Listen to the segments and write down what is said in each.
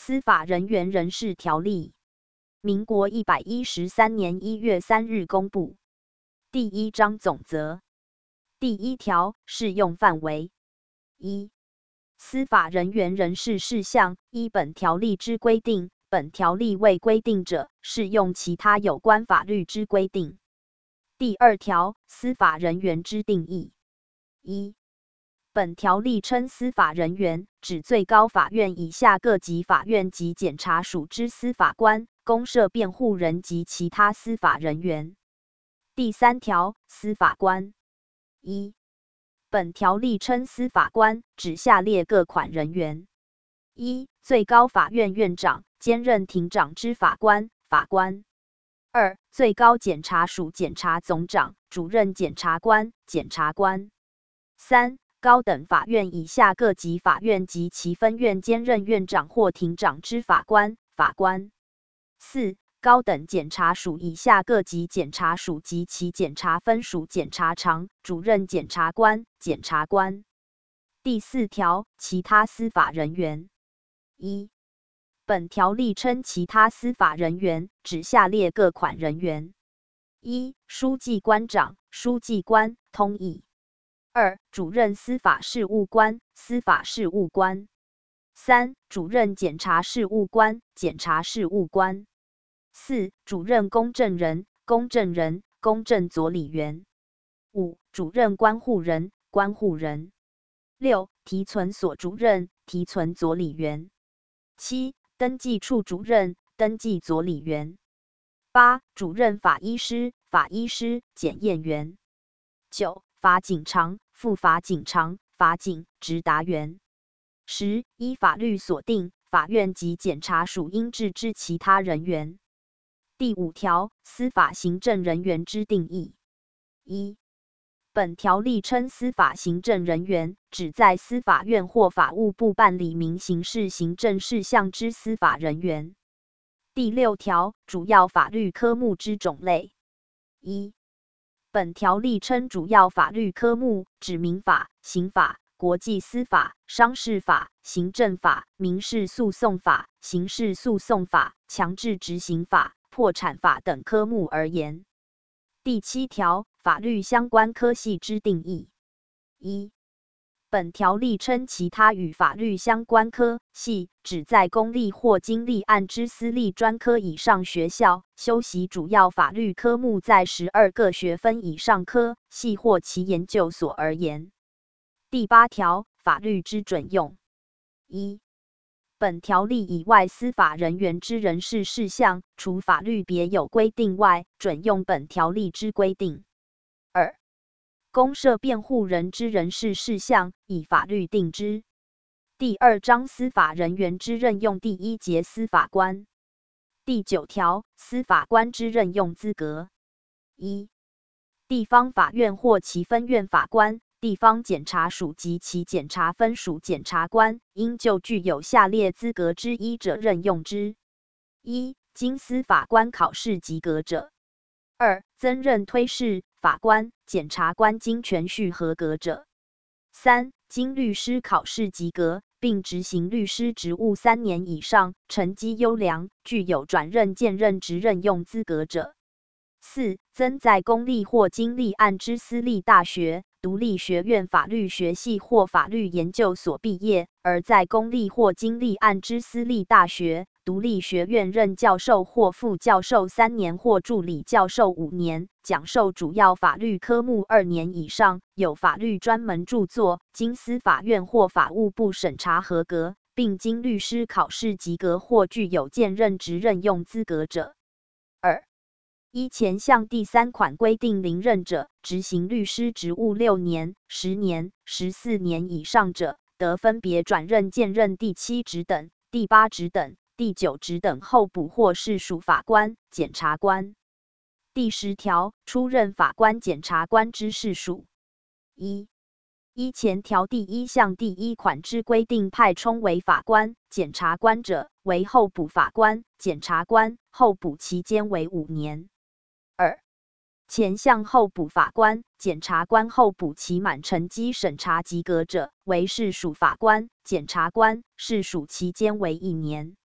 司法人员人事条例》，民国113年1月3日公布。第1章总则。第1条适用范围。1、司法人员人事事项依本条例之规定，本条例未规定者，适用其他有关法律之规定。第2条司法人员之定义。1、本条例称司法人员，指最高法院以下各级法院及检察署之司法官、公设辩护人及其他司法人员。第3条司法官。1、本条例称司法官，指下列各款人员。1、最高法院院长，兼任庭长之法官、法官。2、最高检察署检察总长，主任检察官、检察官。3、高等法院以下各级法院及其分院兼任院长或庭长之法官、法官。4、高等检察署以下各级检察署及其检察分署检察长、主任检察官、检察官。第4条其他司法人员。1、本条例称其他司法人员，指下列各款人员。1、书记官长、书记官，通译。2、主任司法事务官、司法事务官。3、主任检察事务官、检察事务官。4、主任公证人、公证人、公证佐理员。5、主任观护人、观护人。6、提存所主任、提存佐理员。7、登记处主任、登记佐理员。8、主任法医师、法医师、检验员。9、法警长、副法警长、法警、直达员。10、依法律所定，法院及检察署应治之其他人员。第5条司法行政人员之定义。1、本条例称司法行政人员，指在司法院或法务部办理民刑事行政事项之司法人员。第6条主要法律科目之种类。1、本条例称主要法律科目，指民法、刑法、国际司法、商事法、行政法、民事诉讼法、刑事诉讼法、强制执行法、破产法等科目而言。第7条法律相关科系之定义。1、本条例称其他与法律相关科系，指在公立或经立案之私立专科以上学校修习主要法律科目在12个学分以上科系或其研究所而言。第8条法律之准用。1、本条例以外司法人员之人事事项，除法律别有规定外，准用本条例之规定。2、公设辩护人之人事事项，以法律定之。第2章司法人员之任用第1节司法官。第9条司法官之任用资格。1、地方法院或其分院法官、地方检察署及其检察分署检察官，应就具有下列资格之一者任用之。1、经司法官考试及格者。2、增任推事、法官、检察官经全序合格者。3、经律师考试及格，并执行律师职务3年以上，成绩优良，具有转任兼任职任用资格者。4、曾在公立或经立案之私立大学、独立学院法律学系或法律研究所毕业，而在公立或经立案之私立大学、独立学院任教授或副教授3年或助理教授5年，讲授主要法律科目2年以上，有法律专门著作，经司法院或法务部审查合格，并经律师考试及格或具有兼任职任用资格者。2、依前项第3款规定临任者，执行律师职务6年、10年、14年以上者，得分别转任兼任第7职等、第8职等、第9职等候补或是属法官、检察官。第10条出任法官、检察官之事属。1、依前条第1项第1款之规定派充为法官、检察官者，为候补法官、检察官，候补期间为5年。2、前项候补法官、检察官候补期满成绩审查及格者，为是属法官、检察官，是属期间为1年。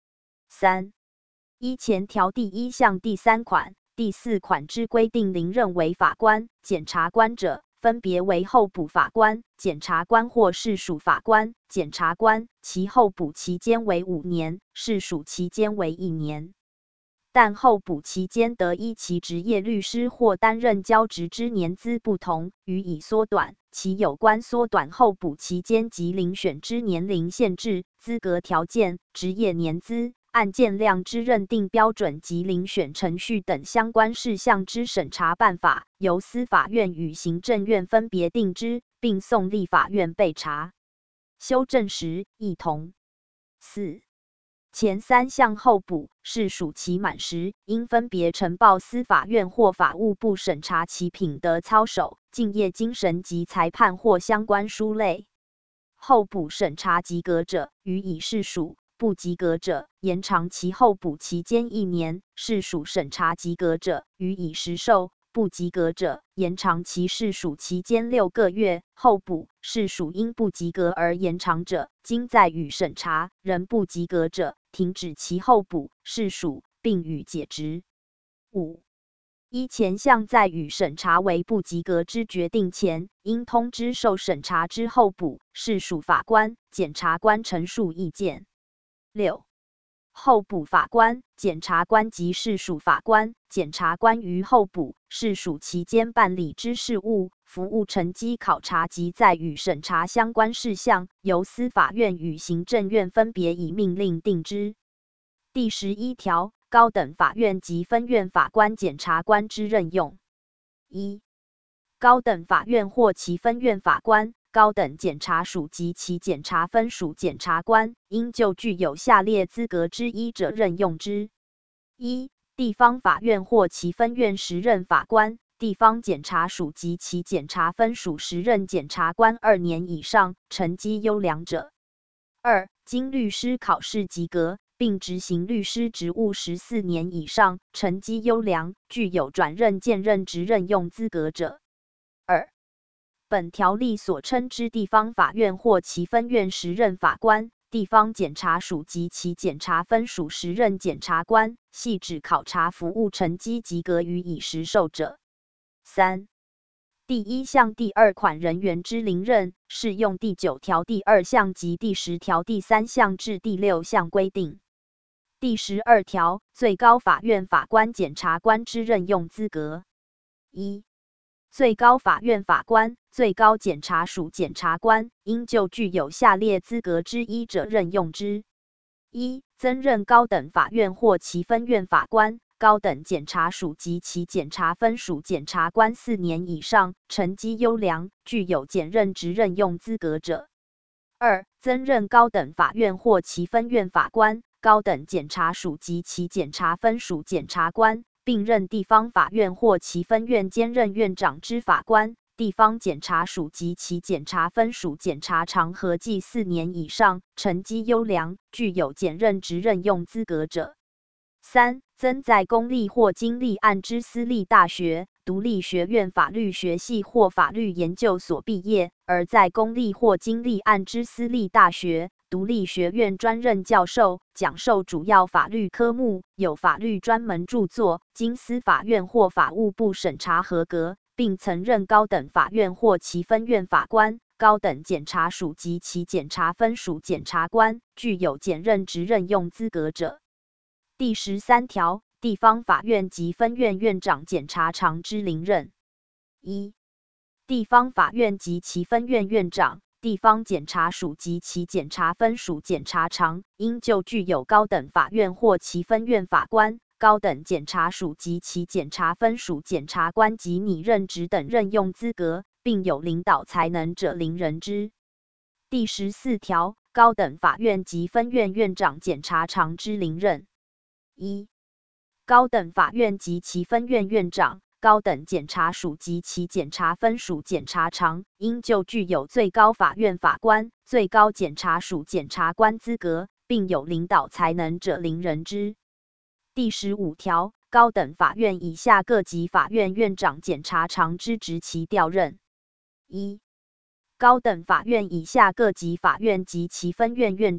3. 依前条第1项第3款、第4款之规定临任为法官、检察官者，分别为候补法官、检察官或士属法官、检察官，其候补期间为5年，士属期间为1年。但候补期间得依其职业律师或担任交职之年资不同，予以缩短。其有关缩短候补期间及遴选之年龄限制、资格条件、职业年资、案件量之认定标准及遴选程序等相关事项之审查办法，由司法院与行政院分别定之，并送立法院备查。修正时异同。4. 前3项候补士属期满时，应分别呈报司法院或法务部审查其品德操守、敬业精神及裁判或相关书类。候补审查及格者，予以士属；不及格者，延长其候补期间1年；士属审查及格者，予以实授；不及格者，延长其士属期间6个月。候补士属因不及格而延长者，经再予审查，仍不及格者，停止其候补士属，并予解职。5. 依前项在予审查为不及格之决定前，应通知受审查之候补士属法官、检察官陈述意见。6. 候补法官、检察官及士属法官、检察官于候补士属期间办理之事务、服务成绩考察及在予审查相关事项，由司法院与行政院分别以命令定之。第11条，高等法院及分院法官、检察官之任用。1. 高等法院或其分院法官、高等检察署及其检察分署检察官，应就具有下列资格之一者任用之。1. 地方法院或其分院时任法官、地方检察署及其检察分署时任检察官2年以上，成绩优良者。2. 经律师考试及格，并执行律师职务14年以上，成绩优良，具有转任兼任职任用资格者。2. 本条例所称之地方法院或其分院时任法官、地方检察署及其检察分署时任检察官，系指考察服务成绩及格予以实授者。3. 第1项第2款人员之临任，适用第9条第2项及第10条第3项至第6项规定。第12条，最高法院法官、检察官之任用资格。1. 最高法院法官、最高检察署检察官，应就具有下列资格之一者任用之。1. 曾任高等法院或其分院法官、高等检察署及其检察分署检察官4年以上，成绩优良，具有检任职任用资格者。2. 曾任高等法院或其分院法官、高等检察署及其检察分署检察官，并任地方法院或其分院兼任院长之法官、地方检察署及其检察分署检察长合计4年以上，成绩优良，具有检任职任用资格者。3. 曾在公立或经立案之私立大学、独立学院法律学系或法律研究所毕业，而在公立或经立案之私立大学、独立学院专任教授，讲授主要法律科目，有法律专门著作，经司法院或法务部审查合格，并曾任高等法院或其分院法官、高等检察署及其检察分署检察官，具有检任职任用资格者。第13条，地方法院及分院院长、检察长之临任。1. 地方法院及其分院院长、地方检察署及其检察分署检察长，应就具有高等法院或其分院法官、高等检察署及其检察分署检察官及拟任职等任用资格，并有领导才能者临任之。第14条，高等法院及分院院长、检察长之临任。1. 高等法院及其分院院长、高等检察署及其检察分署检察长，应就具有最高法院法官、最高检察署检察官资格，并有领导才能者临任之。第15条，高等法院以下各级法院院长、检察长之职期调任。1. 高等法院以下各级法院及其分院院长、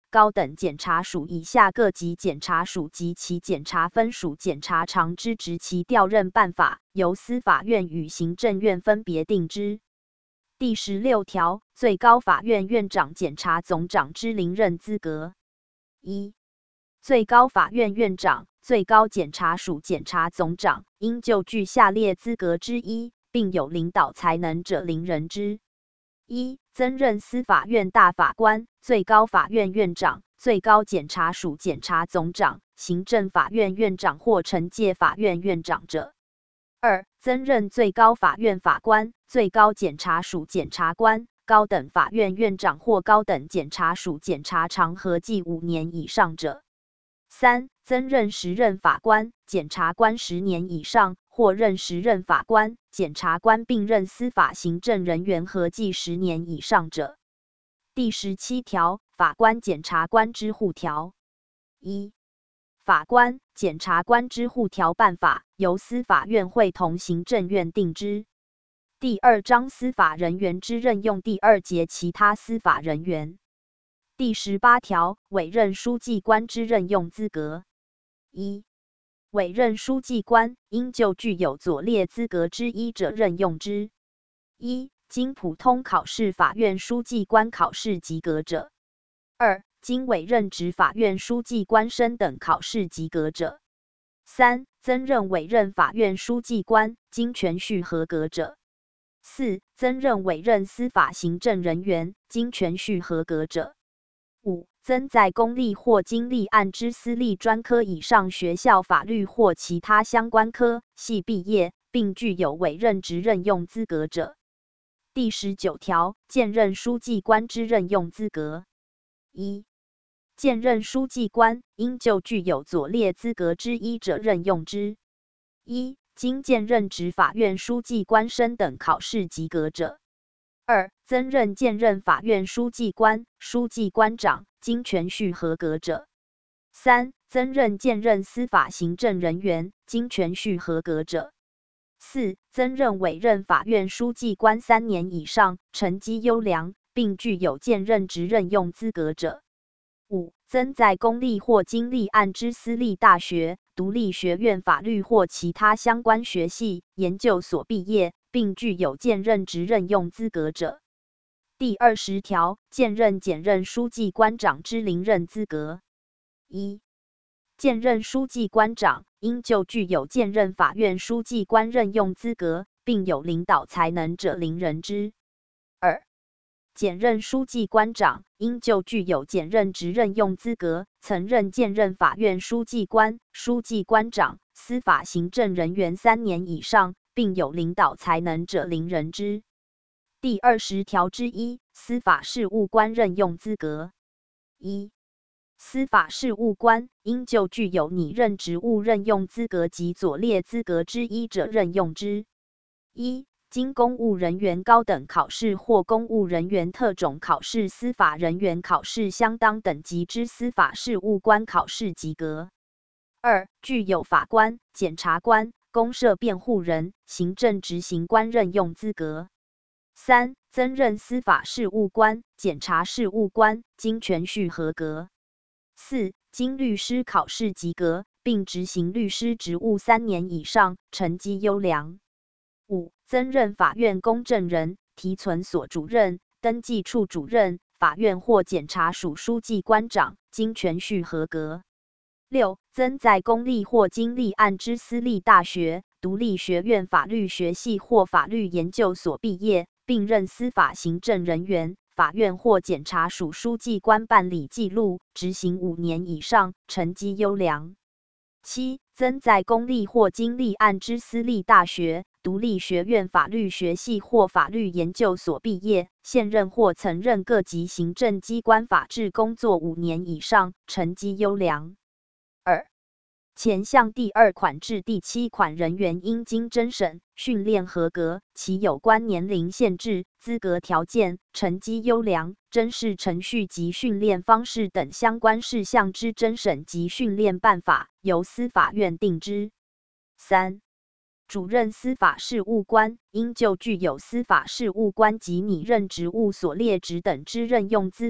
高等检察署以下各级检察署及其检察分署检察长之职其调任办法，由司法院与行政院分别定之。第16条，最高法院院长、检察总长之临任资格。1、最高法院院长、最高检察署检察总长应就具下列资格之一，并有领导才能者临任之。1、曾任司法院大法官、最高法院院长、最高检察署检察总长、行政法院院长或惩戒法院院长者。2、曾任最高法院法官、最高检察署检察官、高等法院院长或高等检察署检察长合计5年以上者。3、曾任时任法官、检察官10年以上，或任时任法官、检察官并任司法行政人员合计10年以上者。第17条，法官、检察官之互调。1、法官、检察官之互调办法，由司法院会同行政院定之。第2章司法人员之任用第2节其他司法人员。第18条，委任书记官之任用资格。1、委任书记官，应就具有左列资格之一者任用之。1、经普通考试法院书记官考试及格者。2、经委任执法院书记官升等考试及格者。3、曾任委任法院书记官，经全序合格者。4、曾任委任司法行政人员，经全序合格者。5、曾在公立或经立案之私立专科以上学校法律或其他相关科系毕业，并具有委任职任用资格者。第19条，兼任书记官之任用资格。1、兼任书记官，应就具有左列资格之一者任用之。1、经兼任执法院书记官升等考试及格者。2、曾任兼任法院书记官、书记官长，经全序合格者。3、曾任兼任司法行政人员，经全序合格者。4、曾任委任法院书记官3年以上，成绩优良，并具有兼任职任用资格者。5、曾在公立或经立案之私立大学、独立学院法律或其他相关学系、研究所毕业，并具有兼任职任用资格者。第20条，兼任检任书记官长之临任资格。1、兼任书记官长，应就具有兼任法院书记官任用资格，并有领导才能者临任之。2、检任书记官长，应就具有检任职任用资格，曾任兼任法院书记官、书记官长、司法行政人员3年以上，并有领导才能者临任之。第20条之一，司法事务官任用资格。1、司法事务官，应就具有拟任职务任用资格及左列资格之一者任用之。1、经公务人员高等考试或公务人员特种考试司法人员考试相当等级之司法事务官考试及格。2、具有法官、检察官、公设辩护人、行政执行官任用资格。3、曾任司法事务官、检察事务官，经全序合格。4、经律师考试及格，并执行律师职务3年以上，成绩优良。5、曾任法院公证人、提存所主任、登记处主任、法院或检察署书记官长，经全序合格。6、曾在公立或经立案之私立大学、独立学院法律学系或法律研究所毕业，并任司法行政人员、法院或检察署书记官办理记录，执行5年以上，成绩优良。7、曾在公立或经立案之私立大学、独立学院法律学系或法律研究所毕业，现任或曾任各级行政机关法制工作5年以上，成绩优良。2、前项第2款至第7款人员应经甄审、训练合格，其有关年龄限制、资格条件、成绩优良、甄试程序及训练方式等相关事项之甄审及训练办法，由司法院定之。3、主任司法事务官，应就具有司法事务官及拟任职务所列职等之任用资格，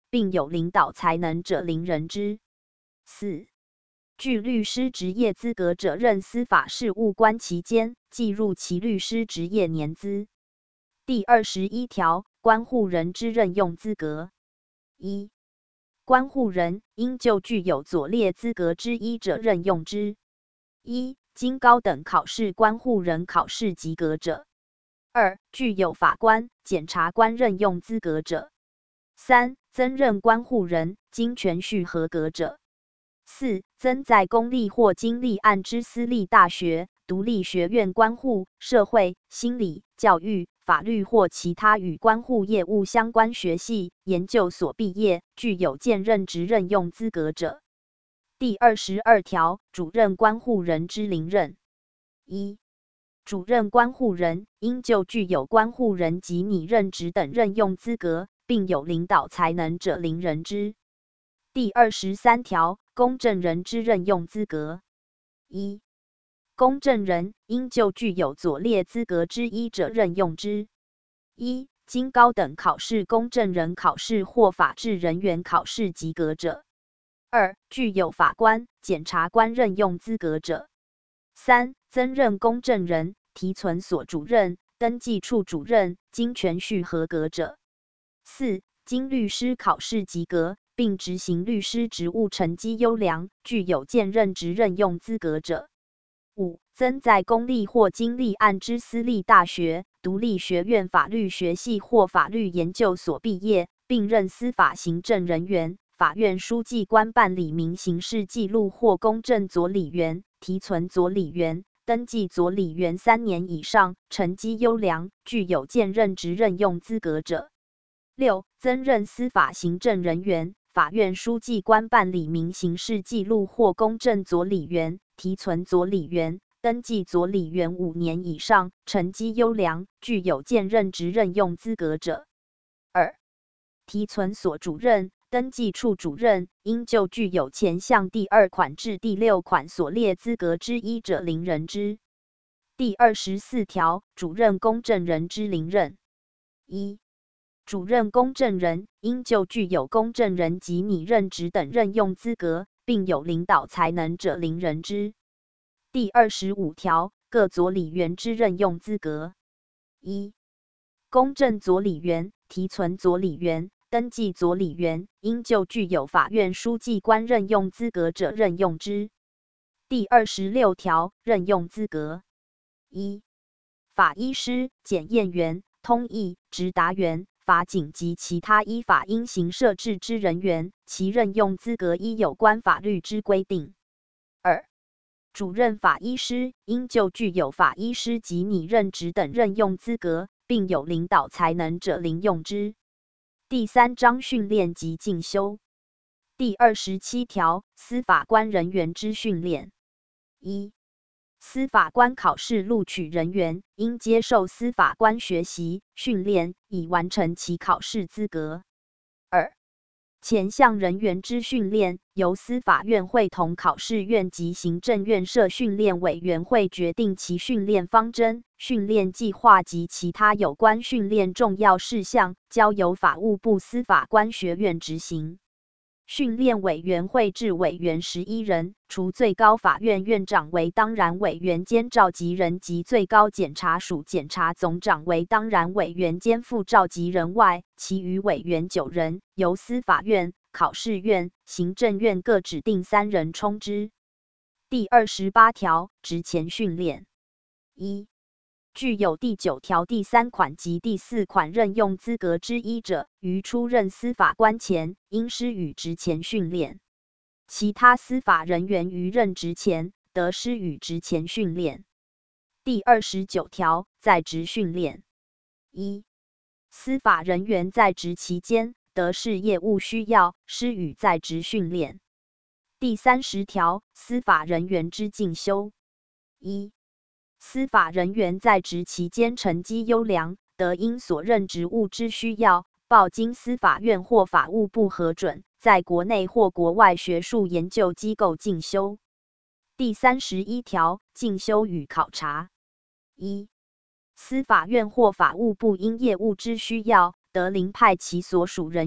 并有领导才能者0人之。4. 具律师职业资格者任司法事务官期间，计入其律师职业年资。第21条，关护人之任用资格。1. 关护人应就具有左列资格之一者任用之。1. 经高等考试关护人考试及格者。2. 具有法官、检察官任用资格者。3. 曾任关护人，经全序合格者。4. 曾在公立或经立案之私立大学、独立学院关护、社会、心理、教育、法律或其他与关护业务相关学系、研究所毕业，具有兼任职任用资格者。第22条，主任关护人之0任。1. 主任关护人应就具有关护人及拟任职等任用资格，并有领导才能者0人之。第23条，公证人之任用资格。1. 公证人应就具有左列资格之一者任用之。1. 经高等考试公证人考试或法制人员考试及格者。2. 具有法官、检察官任用资格者。3. 曾任公证人、提存所主任、登记处主任，经全序合格者。4. 经律师考试及格，并执行律师职务成绩优良，具有兼任职任用资格者。5. 曾在公立或经立案之私立大学、独立学院法律学系或法律研究所毕业，并任司法行政人员、法院书记官办理民刑事记录或公证佐理员、提存佐理员、登记佐理员3年以上，成绩优良，具有兼任职任用资格者。6. 曾任司法行政人员、法院书记官办理民刑事记录或公证佐理员、提存佐理员、登记佐理员5年以上，成绩优良，具有兼任职任用资格者。2. 提存所主任、登记处主任应就具有前项第2款至第6款所列资格之一者0人之。第24条，主任公证人之0任。1. 主任公证人应就具有公证人及拟任职等任用资格，并有领导才能者0人之。第25条，各佐理员之任用资格。1. 公证佐理员、提存佐理员、登记佐理员应就具有法院书记官任用资格者任用之。第26条，任用资格。1. 法医师、检验员、通译、直达员、法警及其他依法应行设置之人员，其任用资格依有关法律之规定。2. 主任法医师应就具有法医师及拟任职等任用资格，并有领导才能者0用之。第3章训练及进修。第27条，司法官人员之训练。1. 司法官考试录取人员应接受司法官学习训练，以完成其考试资格。2. 前项人员之训练由司法院会同考试院及行政院设训练委员会决定其训练方针、训练计划及其他有关训练重要事项，交由法务部司法官学院执行。训练委员会至委员11人，除最高法院院长为当然委员兼召集人及最高检察署检察总长为当然委员兼副召集人外，其余委员9人，由司法院、考试院、行政院各指定3人充之。第28条，职前训练。1. 具有第9条第3款及第4款任用资格之一者，于出任司法官前，应施予职前训练。其他司法人员于任职前，得施予职前训练。第29条，在职训练。1. 司法人员在职期间，得视业务需要，施予在职训练。第30条，司法人员之进修。1. 司法人员在职期间成绩优良，得因所任职务之需要，报经司法院或法务部核准，在国内或国外学术研究机构进修。第31条，进修与考察。1. 司法院或法务部因业务之需要，得遴派其所属人员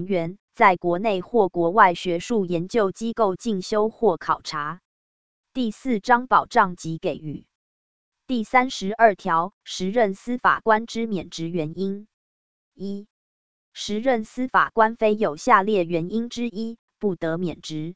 在国内或国外学术研究机构进修或考察。第4章保障及给予。第32条，时任司法官之免职原因。1、时任司法官非有下列原因之一，不得免职：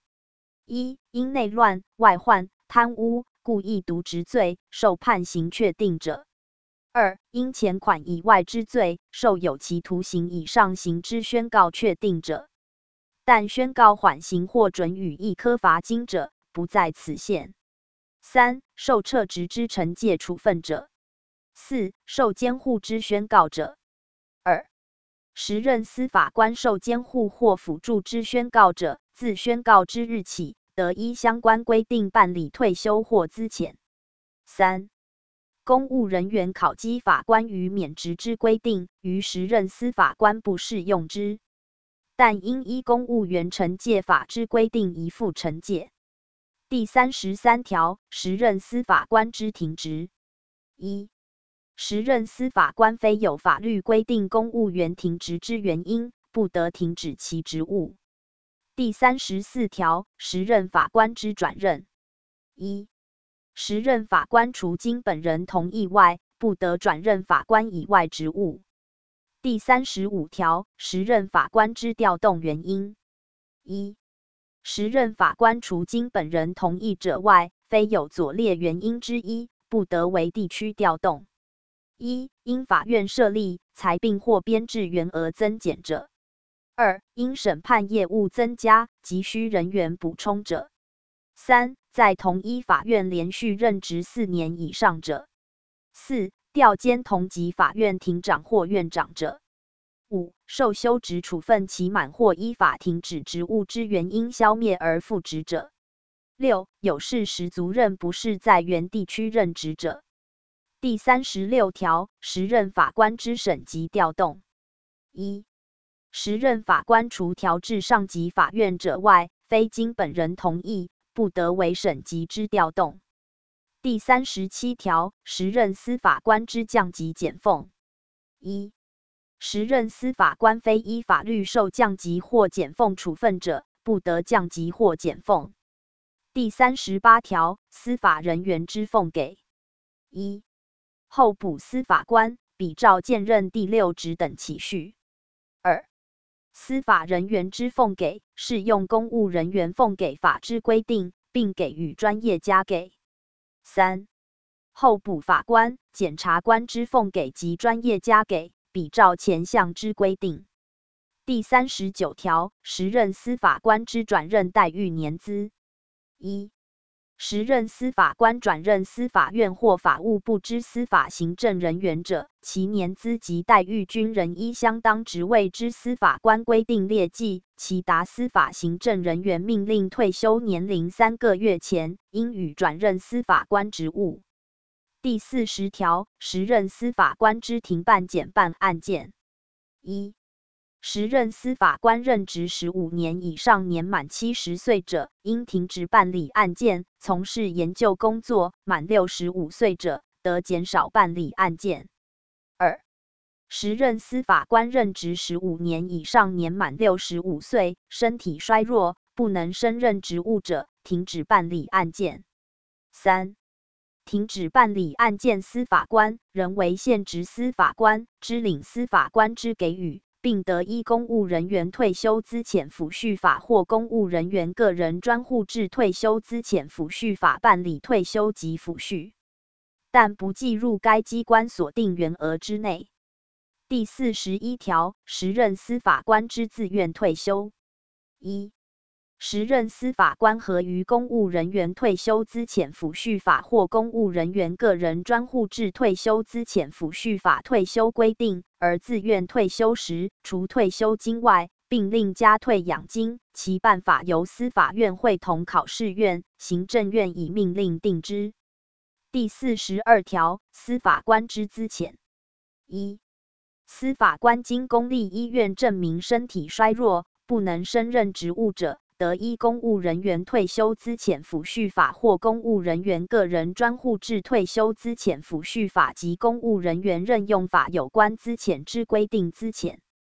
1、因内乱、外患、贪污、故意渎职罪受判刑确定者； 2、因前款以外之罪受有期徒刑以上刑之宣告确定者，但宣告缓刑或准予一科罚金者，不在此限。3、受撤职之惩戒处分者。4、受监护之宣告者。2、时任司法官受监护或辅助之宣告者，自宣告之日起，得依相关规定办理退休或资遣。3、公务人员考绩法官于免职之规定，于时任司法官不适用之，但应依公务员惩戒法之规定移付惩戒。第33条，时任司法官之停职。1、时任司法官非有法律规定公务员停职之原因，不得停止其职务。第34条，时任法官之转任。1、时任法官除经本人同意外，不得转任法官以外职务。第35条，时任法官之调动原因。1、时任法官除经本人同意者外，非有左列原因之一，不得为地区调动。1、因法院设立、裁并或编制员额增减者。2、因审判业务增加，急需人员补充者。3、在同一法院连续任职4年以上者。4、调兼同级法院庭长或院长者。5、受休职处分期满或依法停止职务之原因消灭而复职者。6、有事实足任不是在原地区任职者。第36条，时任法官之审级调动。1、时任法官除调至上级法院者外，非经本人同意，不得为审级之调动。第37条，时任司法官之降级减俸。1、时任司法官非依法律受降级或减俸处分者，不得降级或减俸。第38条，司法人员之俸给。1、候补司法官比照现任第6职等起序。2、司法人员之俸给，适用公务人员俸给法之规定，并给予专业加给。3、候补法官、检察官之俸给及专业加给，比照前项之规定。第39条，时任司法官之转任待遇年资。1、时任司法官转任司法院或法务部之司法行政人员者，其年资及待遇均仍依相当职位之司法官规定列记，其达司法行政人员命令退休年龄3个月前，应予转任司法官职务。第40条，时任司法官之停办减办案件。1、时任司法官任职15年以上年满70岁者，应停止办理案件；从事研究工作满65岁者，得减少办理案件。2、时任司法官任职15年以上年满65岁，身体衰弱，不能胜任职务者，停止办理案件。3、停止办理案件司法官，仍为现职司法官，支领司法官之给予，并得依公务人员退休资遣抚恤法或公务人员个人专户制退休资遣抚恤法办理退休及抚恤，但不计入该机关所定员额之内。第41条，时任司法官之自愿退休。1、时任司法官合于公务人员退休资遣抚恤法或公务人员个人专户制退休资遣抚恤法退休规定，而自愿退休时，除退休金外，并另加退养金，其办法由司法院会同考试院、行政院以命令定之。第42条，司法官之资遣。1、司法官经公立医院证明身体衰弱，不能胜任职务者，得依公务人员退休资遣抚恤法或公务人员个人专户制退休资遣抚恤法及公务人员任用法有关资遣之规定资遣。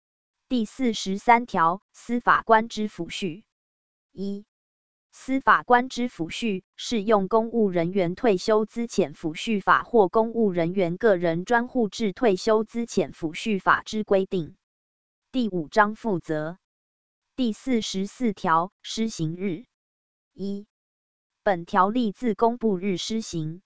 第43条，司法官之抚恤。1. 司法官之抚恤，适用公务人员退休资遣抚恤法或公务人员个人专户制退休资遣抚恤法之规定。第5章负责。第44条，施行日。1. 本条例自公布日施行。